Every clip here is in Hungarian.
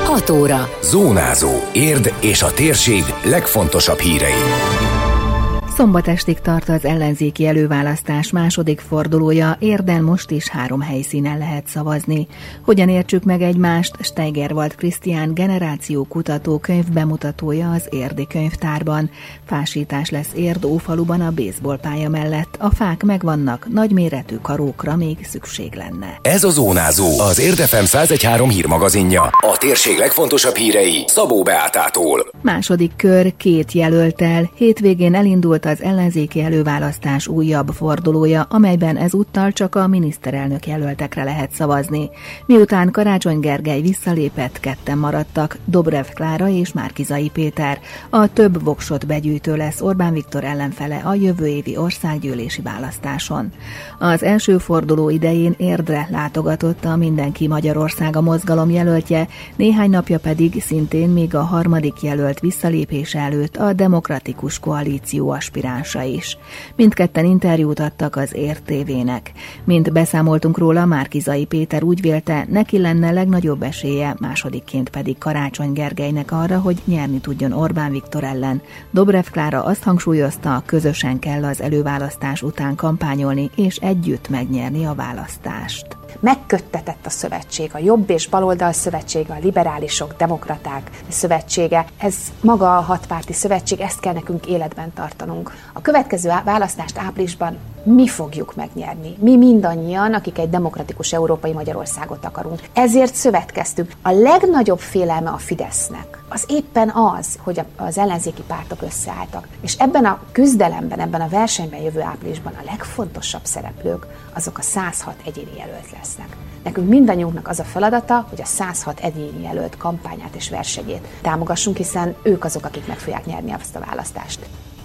6 óra. Zónázó. Érd és a térség legfontosabb hírei. Szombat estig tart az ellenzéki előválasztás második fordulója, Érden most is 3 helyszínen lehet szavazni. Hogyan értsük meg egymást? Steigerwald Krisztián generációkutató könyvbemutatója az érdi könyvtárban. Fásítás lesz Érd Ófaluban a baseballpálya mellett. A fák megvannak, nagyméretű karókra még szükség lenne. Ez a Zónázó, az Érd FM 101.3 hírmagazinja. A térség legfontosabb hírei Szabó Beátától. Második kör 2 jelölttel. Hétvégén elindult az ellenzéki előválasztás újabb fordulója, amelyben ezúttal csak a miniszterelnök jelöltekre lehet szavazni. Miután Karácsony Gergely visszalépett, 2 maradtak, Dobrev Klára és Márki-Zay Péter. A több voksot begyűjtő lesz Orbán Viktor ellenfele a jövő évi országgyűlési választáson. Az első forduló idején Érdre látogatott a Mindenki Magyarországa mozgalom jelöltje, néhány napja pedig szintén még a harmadik jelölt visszalépése előtt a Demokratikus Koalíció aspiránsa is. Mindketten interjút adtak az Érd TV-nek. Mint beszámoltunk róla, Márki-Zay Péter úgy vélte, neki lenne legnagyobb esélye, másodikként pedig Karácsony Gergelynek arra, hogy nyerni tudjon Orbán Viktor ellen. Dobrev Klára azt hangsúlyozta, közösen kell az előválasztás után kampányolni és együtt megnyerni a választást. Megköttetett a szövetség, a jobb és baloldal szövetsége, a liberálisok, demokraták szövetsége. Ez maga a 6 párti szövetség, ezt kell nekünk életben tartanunk. A következő választást áprilisban mi fogjuk megnyerni. Mi mindannyian, akik egy demokratikus európai Magyarországot akarunk. Ezért szövetkeztünk. A legnagyobb félelme a Fidesznek az éppen az, hogy az ellenzéki pártok összeálltak. És ebben a küzdelemben, ebben a versenyben jövő áprilisban a legfontosabb szereplők azok a 106 egyéni jelölt lesznek. Nekünk mindannyiunknak az a feladata, hogy a 106 egyéni jelölt kampányát és versenyét támogassunk, hiszen ők azok, akik meg fogják nyerni azt a választást.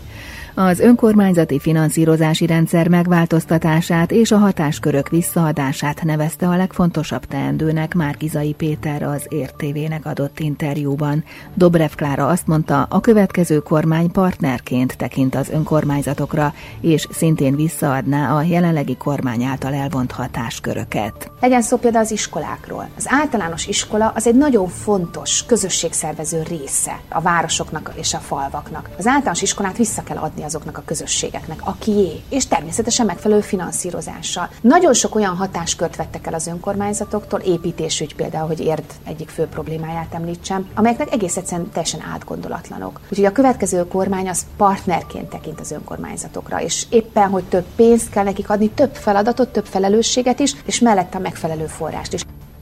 Az önkormányzati finanszírozási rendszer megváltoztatását és a hatáskörök visszaadását nevezte a legfontosabb teendőnek Márki-Zay Péter az Érd TV-nek adott interjúban. Dobrev Klára azt mondta, a következő kormány partnerként tekint az önkormányzatokra, és szintén visszaadná a jelenlegi kormány által elvont hatásköröket. Legyen szó például az iskolákról. Az általános iskola az egy nagyon fontos közösségszervező része a városoknak és a falvaknak. Az általános iskolát vissza kell adni azoknak a közösségeknek, akié, és természetesen megfelelő finanszírozással. Nagyon sok olyan hatáskört vettek el az önkormányzatoktól, építésügy például, hogy Érd egyik fő problémáját említsem, amelyeknek egész egyszerűen teljesen átgondolatlanok. Úgyhogy a következő kormány az partnerként tekint az önkormányzatokra, és éppen, hogy több pénzt kell nekik adni, több feladatot, több felelősséget is, és mellette a megfelelő forrást is.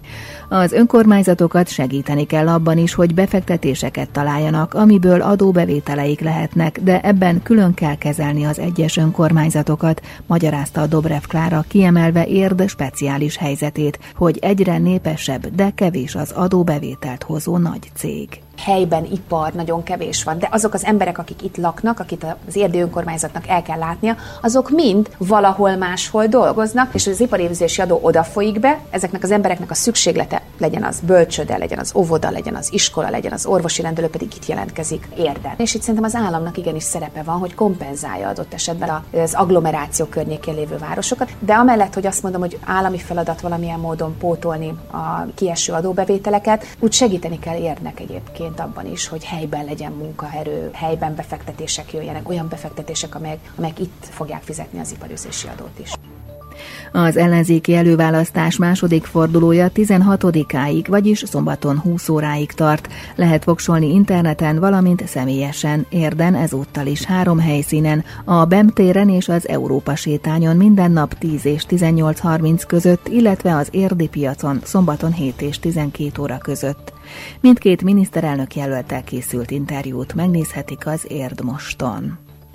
Az önkormányzatokat segíteni kell abban is, hogy befektetéseket találjanak, amiből adóbevételeik lehetnek, de ebben külön kell kezelni az egyes önkormányzatokat, magyarázta Dobrev Klára, kiemelve Érd speciális helyzetét, hogy egyre népesebb, de kevés az adóbevételt hozó nagy cég. Helyben ipar nagyon kevés van, de azok az emberek, akik itt laknak, akit az érdi önkormányzatnak el kell látnia, azok mind valahol máshol dolgoznak, és az iparépítési adó odafolyik be, ezeknek az embereknek a szükséglete, legyen az bölcsőde, legyen az óvoda, legyen az iskola, legyen az orvosi rendelő, pedig itt jelentkezik Érden. És itt szerintem az államnak igenis szerepe van, hogy kompenzálja adott esetben az agglomeráció környékén lévő városokat, de amellett, hogy azt mondom, hogy állami feladat valamilyen módon pótolni a kieső adóbevételeket, úgy segíteni kell Érdnek egyébként abban is, hogy helyben legyen munkaerő, helyben befektetések jöjjenek, olyan befektetések, amelyek itt fogják fizetni az iparüzési adót is. Az ellenzéki előválasztás második fordulója 16-áig, vagyis szombaton 20 óráig tart. Lehet voksolni interneten, valamint személyesen. Érden ezúttal is 3 helyszínen, a BEM téren és az Európa sétányon minden nap 10 és 18:30 között, illetve az érdi piacon szombaton 7 és 12 óra között. Mindkét miniszterelnök jelölttel készült interjút megnézhetik az Érd Moston.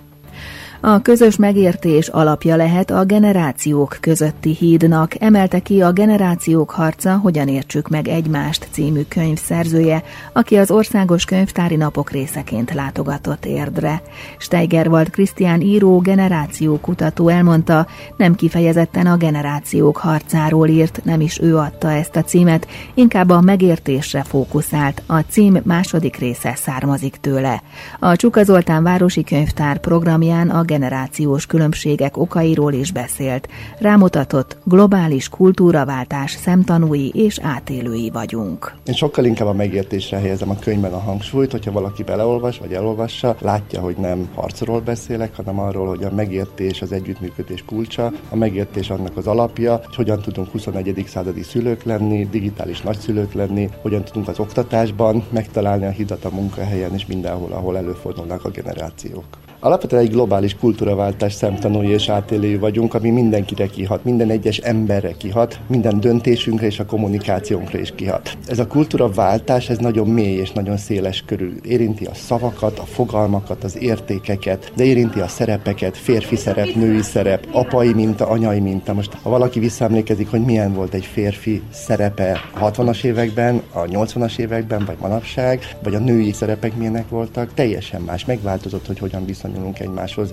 A közös megértés alapja lehet a generációk közötti hídnak, emelte ki a Generációk harca, hogyan értsük meg egymást című könyv szerzője, aki az Országos Könyvtári Napok részeként látogatott Érdre. Steigerwald Krisztián író, generációkutató elmondta, nem kifejezetten a generációk harcáról írt, nem is ő adta ezt a címet, inkább a megértésre fókuszált, a cím második része származik tőle. A Csuka Zoltán Városi Könyvtár programján a generációs különbségek okairól is beszélt. Rámutatott, globális kultúraváltás szemtanúi és átélői vagyunk. Én sokkal inkább a megértésre helyezem a könyvben a hangsúlyt, hogyha valaki beleolvas vagy elolvassa, látja, hogy nem harcról beszélek, hanem arról, hogy a megértés az együttműködés kulcsa, a megértés annak az alapja, hogy hogyan tudunk 21. századi szülők lenni, digitális nagyszülők lenni, hogyan tudunk az oktatásban megtalálni a hidat a munkahelyen és mindenhol, ahol előfordulnak a generációk. Alapvetően egy globális kultúraváltás szemtanúi és átélői vagyunk, ami mindenkire kihat, minden egyes emberre kihat, minden döntésünkre és a kommunikációnkra is kihat. Ez a kultúraváltás, ez nagyon mély és nagyon széles körül. Érinti a szavakat, a fogalmakat, az értékeket, de érinti a szerepeket, férfi szerep, női szerep, apai minta, anyai minta. Most ha valaki visszaemlékezik, hogy milyen volt egy férfi szerepe a 60-as években, a 80-as években, vagy manapság, vagy a női szerepek milyenek voltak, teljesen más, megváltozott, hogy hogyan viszonyulunk egymáshoz.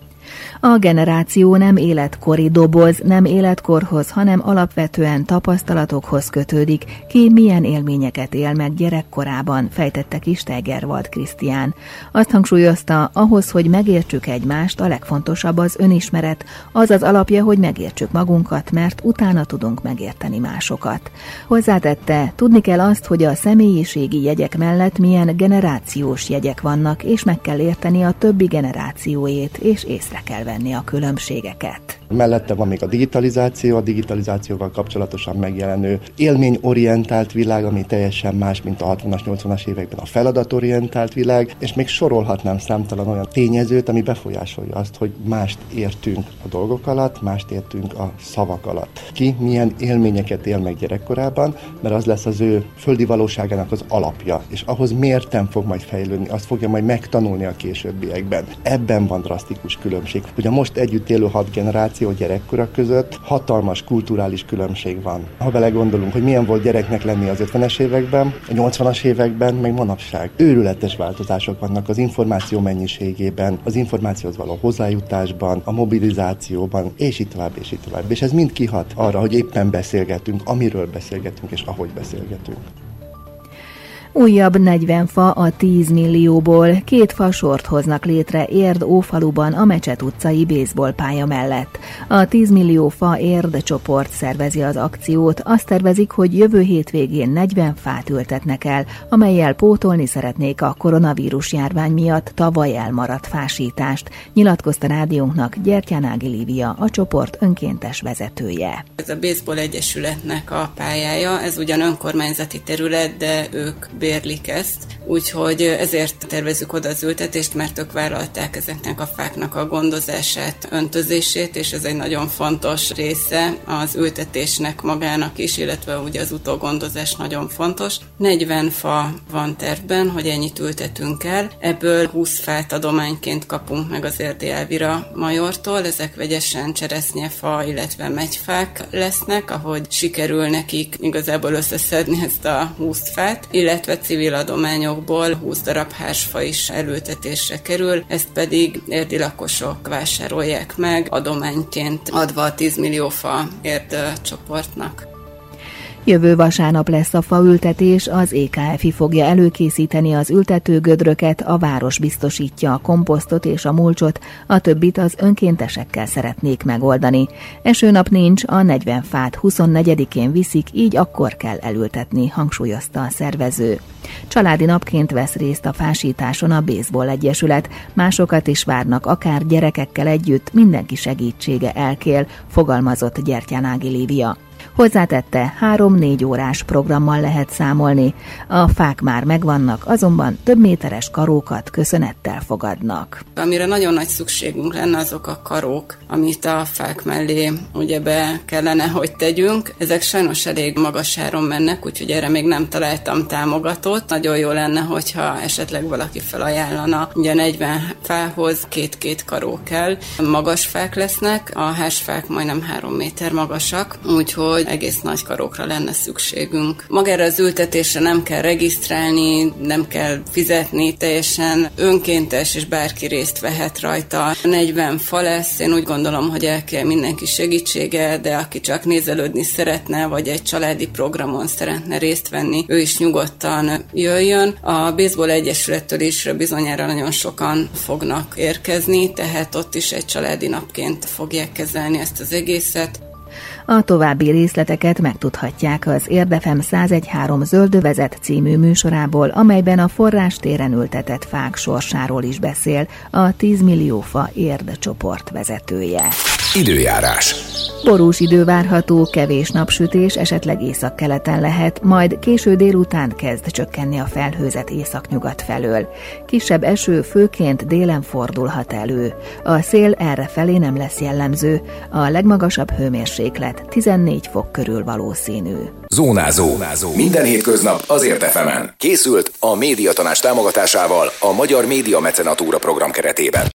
A generáció nem életkori doboz, nem életkorhoz, hanem alapvetően tapasztalatokhoz kötődik, ki milyen élményeket él meg gyerekkorában, fejtette ki Steigerwald Krisztián. Azt hangsúlyozta, ahhoz, hogy megértsük egymást, a legfontosabb az önismeret, az az alapja, hogy megértsük magunkat, mert utána tudunk megérteni másokat. Hozzátette, tudni kell azt, hogy a személyiségi jegyek mellett milyen generációs jegyek vannak, és meg kell érteni a többi generációét, és észre kell venni a különbségeket. Mellette van még a digitalizációval kapcsolatosan megjelenő élményorientált világ, ami teljesen más, mint a 60-as, 80-as években a feladatorientált világ, és még sorolhatnám számtalan olyan tényezőt, ami befolyásolja azt, hogy mást értünk a dolgok alatt, mást értünk a szavak alatt. Ki milyen élményeket él meg gyerekkorában, mert az lesz az ő földi valóságának az alapja, és ahhoz mérten fog majd fejlődni, azt fogja majd megtanulni a későbbiekben. Ebben van drasztikus különbség, hogy a most együtt élő 6 generáció gyerekkora között hatalmas kulturális különbség van. Ha belegondolunk, hogy milyen volt gyereknek lenni az 50-es években, a 80-as években, meg manapság. Őrületes változások vannak az információ mennyiségében, az információhoz való hozzájutásban, a mobilizációban, és így tovább, és így tovább. És ez mind kihat arra, hogy éppen beszélgetünk, amiről beszélgetünk, és ahogy beszélgetünk. Újabb 40 fa a 10 millióból, 2 fasort hoznak létre Érd-Ófaluban a Mecset utcai baseballpálya mellett. A 10 millió fa Érd csoport szervezi az akciót, azt tervezik, hogy jövő hétvégén 40 fát ültetnek el, amellyel pótolni szeretnék a koronavírus járvány miatt tavaly elmaradt fásítást, nyilatkozta rádiónknak Gyertyán Ági Lívia, a csoport önkéntes vezetője. Ez a Baseball Egyesületnek a pályája, ez ugyan önkormányzati terület, de ők bérlik ezt, úgyhogy ezért tervezzük oda az ültetést, mert ők vállalták ezeknek a fáknak a gondozását, öntözését, és ez egy nagyon fontos része az ültetésnek magának is, illetve ugye az utógondozás nagyon fontos. 40 fa van tervben, hogy ennyit ültetünk el, ebből 20 fát adományként kapunk meg az Érdi Elvira majortól, ezek vegyesen cseresznyefa, illetve megyfák lesznek, ahogy sikerül nekik igazából összeszedni ezt a 20 fát, illetve civil adományokból 20 darab hársfa is elültetésre kerül, ezt pedig érdi lakosok vásárolják meg, adományként adva a 10 millió fa Érd csoportnak. Jövő vasárnap lesz a faültetés, az EKF-i fogja előkészíteni az ültetőgödröket, a város biztosítja a komposztot és a mulcsot, a többit az önkéntesekkel szeretnék megoldani. Esőnap nincs, a 40 fát 24-én viszik, így akkor kell elültetni, hangsúlyozta a szervező. Családi napként vesz részt a fásításon a Baseball Egyesület, másokat is várnak, akár gyerekekkel együtt, mindenki segítsége elkél, fogalmazott Gyertyán Ági Lívia. Hozzátette, 3-4 órás programmal lehet számolni. A fák már megvannak, azonban több méteres karókat köszönettel fogadnak. Amire nagyon nagy szükségünk lenne, azok a karók, amit a fák mellé ugye be kellene, hogy tegyünk. Ezek sajnos elég magas áron mennek, úgyhogy erre még nem találtam támogatót. Nagyon jó lenne, hogyha esetleg valaki felajánlana. Ugye 40 fához 2 karó kell. Magas fák lesznek, a hársfák majdnem 3 méter magasak, úgyhogy hogy egész nagy karokra lenne szükségünk. Magára az ültetésre nem kell regisztrálni, nem kell fizetni, teljesen önkéntes, és bárki részt vehet rajta. 40 fa lesz, én úgy gondolom, hogy el kell mindenki segítsége, de aki csak nézelődni szeretne, vagy egy családi programon szeretne részt venni, ő is nyugodtan jöjjön. A Baseball Egyesülettől is bizonyára nagyon sokan fognak érkezni, tehát ott is egy családi napként fogják kezelni ezt az egészet. A további részleteket megtudhatják az Érdefem 101.3 Zöldövezet című műsorából, amelyben a forrástéren ültetett fák sorsáról is beszél a 10 millió fa érd csoport vezetője. Időjárás. Borús idő várható, kevés napsütés, esetleg északkeleten lehet, majd késő délután kezd csökkenni a felhőzet északnyugat felől. Kisebb eső főként délen fordulhat elő. A szél errefelé nem lesz jellemző, a legmagasabb hőmérséklet 14 fok körül valószínű. Zónázó. Minden hétköznap az Érdefemen. Készült a Médiatanács támogatásával a Magyar Média Mecenatúra program keretében.